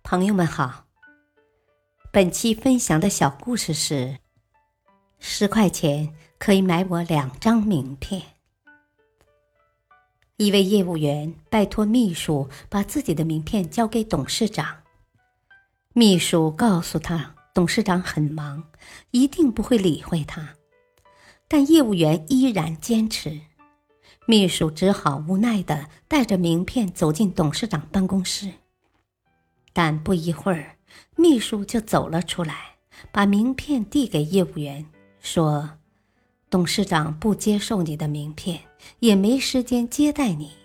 朋友们好，本期分享的小故事是10块钱可以买我2张名片。一位业务员拜托秘书把自己的名片交给董事长。秘书告诉他，董事长很忙，一定不会理会他。但业务员依然坚持，秘书只好无奈地带着名片走进董事长办公室。但不一会儿，秘书就走了出来，把名片递给业务员，说：董事长不接受你的名片，也没时间接待你。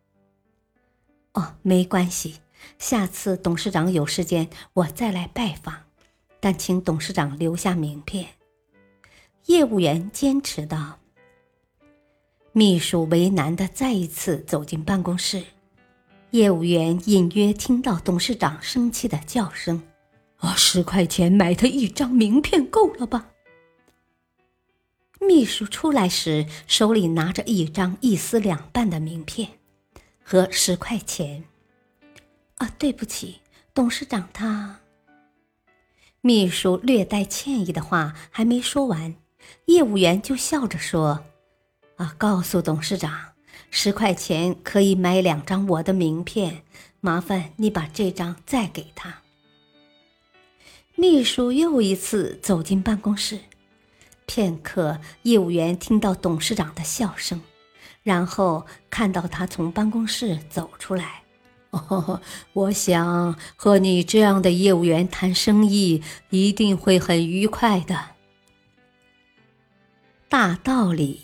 没关系，下次董事长有时间我再来拜访，但请董事长留下名片。业务员坚持道。秘书为难地再一次走进办公室，业务员隐约听到董事长生气的叫声：10块钱买他1张名片够了吧？秘书出来时，手里拿着1张一撕2半的名片和10块钱。对不起，董事长他……秘书略带歉意的话还没说完，业务员就笑着说：告诉董事长，10块钱可以买2张我的名片，麻烦你把这张再给他。秘书又一次走进办公室，片刻，业务员听到董事长的笑声，然后看到他从办公室走出来。我想和你这样的业务员谈生意一定会很愉快的。大道理。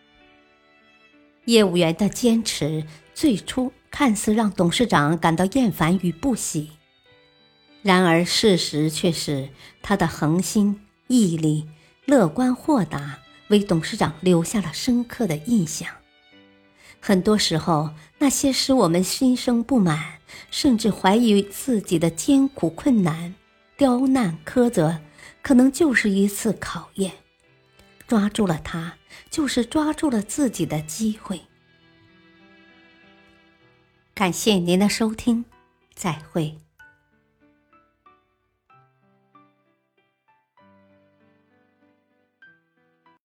业务员的坚持最初看似让董事长感到厌烦与不喜，然而事实却是他的恒心、毅力、乐观豁达为董事长留下了深刻的印象。很多时候，那些使我们心生不满，甚至怀疑自己的艰苦困难、刁难苛责，可能就是一次考验。抓住了它，就是抓住了自己的机会。感谢您的收听，再会。